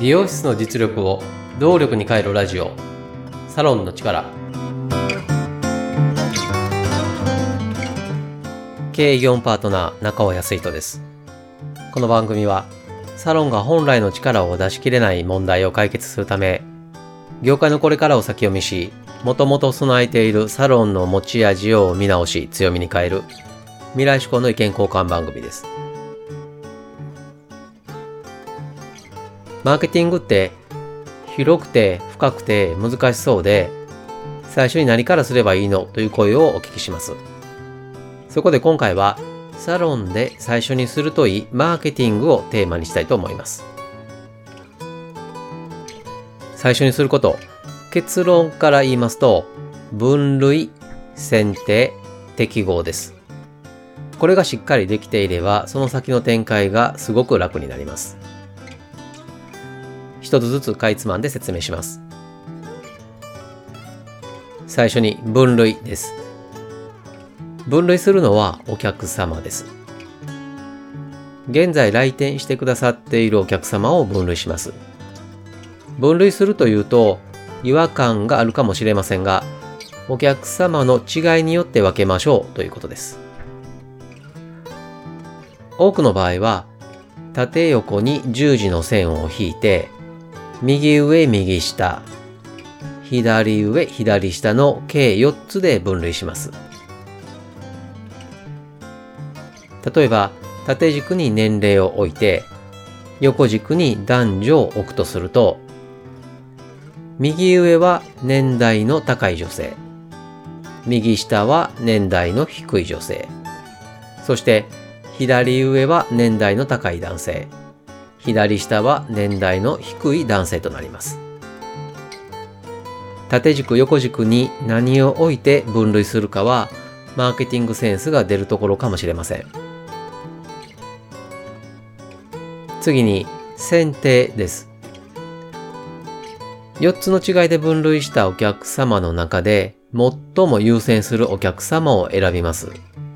美容室の実力を動力に変えるラジオ、サロンの力。経営業務パートナー中尾康人です。この番組はサロンが本来の力を出し切れない問題を解決するため、業界のこれからを先読みし、もともと備えているサロンの持ち味を見直し強みに変える未来志向の意見交換番組です。マーケティングって広くて深くて難しそうで、最初に何からすればいいのという声をお聞きします。そこで今回はサロンで最初にするといいマーケティングをテーマにしたいと思います。最初にすること、結論から言いますと、分類、選定、適合です。これがしっかりできていれば、その先の展開がすごく楽になります。一つずつかいつまんで説明します。最初に分類です。分類するのはお客様です。現在来店してくださっているお客様を分類します。分類するというと違和感があるかもしれませんが、お客様の違いによって分けましょうということです。多くの場合は縦横に十字の線を引いて、右上右下、左上左下の計4つで分類します。例えば縦軸に年齢を置いて、横軸に男女を置くとすると、右上は年代の高い女性、右下は年代の低い女性、そして左上は年代の高い男性、左下は年代の低い男性となります。縦軸横軸に何を置いて分類するかはマーケティングセンスが出るところかもしれません。次に選定です。4つの違いで分類したお客様の中で最も優先するお客様を選びます。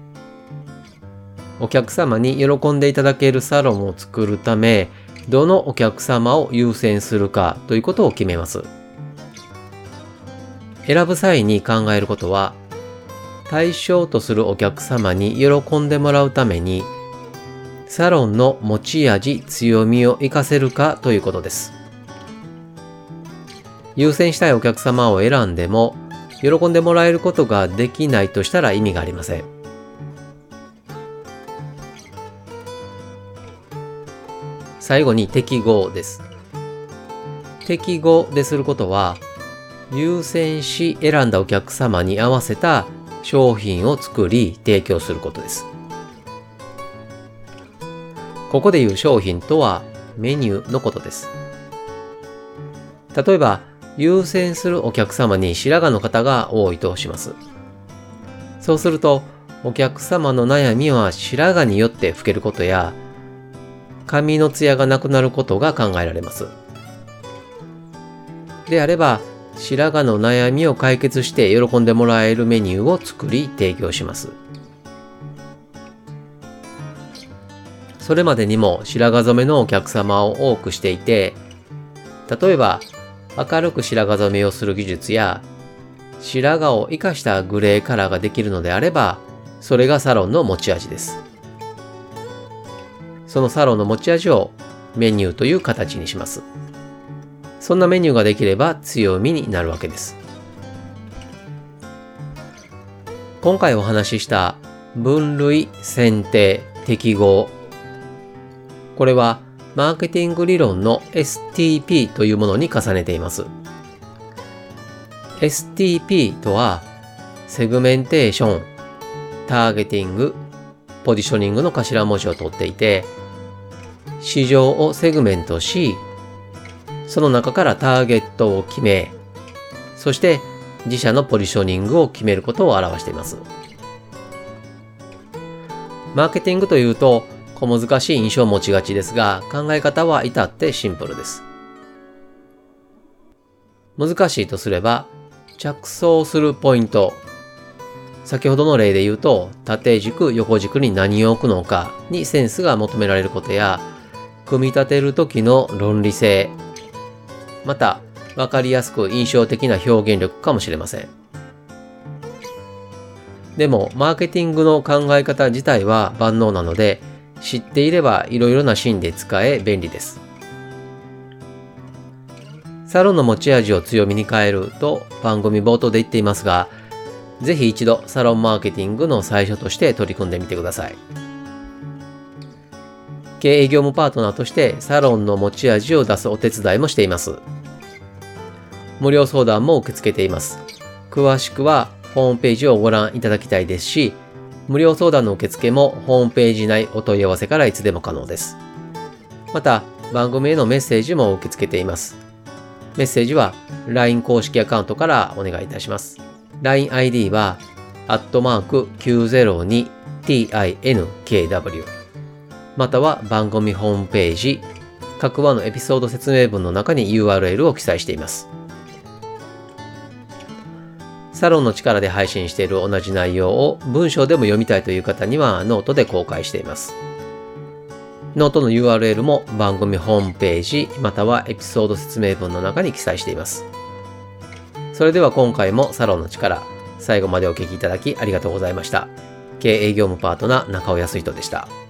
お客様に喜んでいただけるサロンを作るため、どのお客様を優先するかということを決めます。選ぶ際に考えることは、対象とするお客様に喜んでもらうために、サロンの持ち味、強みを活かせるかということです。優先したいお客様を選んでも、喜んでもらえることができないとしたら意味がありません。最後に適合です。適合ですることは、優先し選んだお客様に合わせた商品を作り提供することです。ここでいう商品とはメニューのことです。例えば、優先するお客様に白髪の方が多いとします。そうすると、お客様の悩みは白髪によって老けることや、髪のツヤがなくなることが考えられます。であれば、白髪の悩みを解決して喜んでもらえるメニューを作り提供します。それまでにも白髪染めのお客様を多くしていて、例えば明るく白髪染めをする技術や白髪を生かしたグレーカラーができるのであれば、それがサロンの持ち味です。そのサロンの持ち味をメニューという形にします。そんなメニューができれば強みになるわけです。今回お話しした分類、選定、適合。これはマーケティング理論の STP というものに重ねています。STP とはセグメンテーション、ターゲティング、ポジショニングの頭文字を取っていて、市場をセグメントし、その中からターゲットを決め、そして自社のポジショニングを決めることを表しています。マーケティングというと小難しい印象を持ちがちですが、考え方は至ってシンプルです。難しいとすれば、着想するポイント。先ほどの例で言うと、縦軸、横軸に何を置くのかにセンスが求められることや、組み立てる時の論理性、 また分かりやすく印象的な表現力かもしれません。でもマーケティングの考え方自体は万能なので、知っていればいろいろなシーンで使え便利です。サロンの持ち味を強みに変えると番組冒頭で言っていますが、ぜひ一度サロンマーケティングの最初として取り組んでみてください。経営業務パートナーとしてサロンの持ち味を出すお手伝いもしています。無料相談も受け付けています。詳しくはホームページをご覧いただきたいですし、無料相談の受付もホームページ内お問い合わせからいつでも可能です。また、番組へのメッセージも受け付けています。メッセージは LINE 公式アカウントからお願いいたします。LINE ID は、@902TINKW。または番組ホームページ、各話のエピソード説明文の中に URL を記載しています。サロンの力で配信している同じ内容を文章でも読みたいという方にはノートで公開しています。ノートの URL も番組ホームページまたはエピソード説明文の中に記載しています。それでは今回もサロンの力、最後までお聞きいただきありがとうございました。経営業務パートナー中尾康人でした。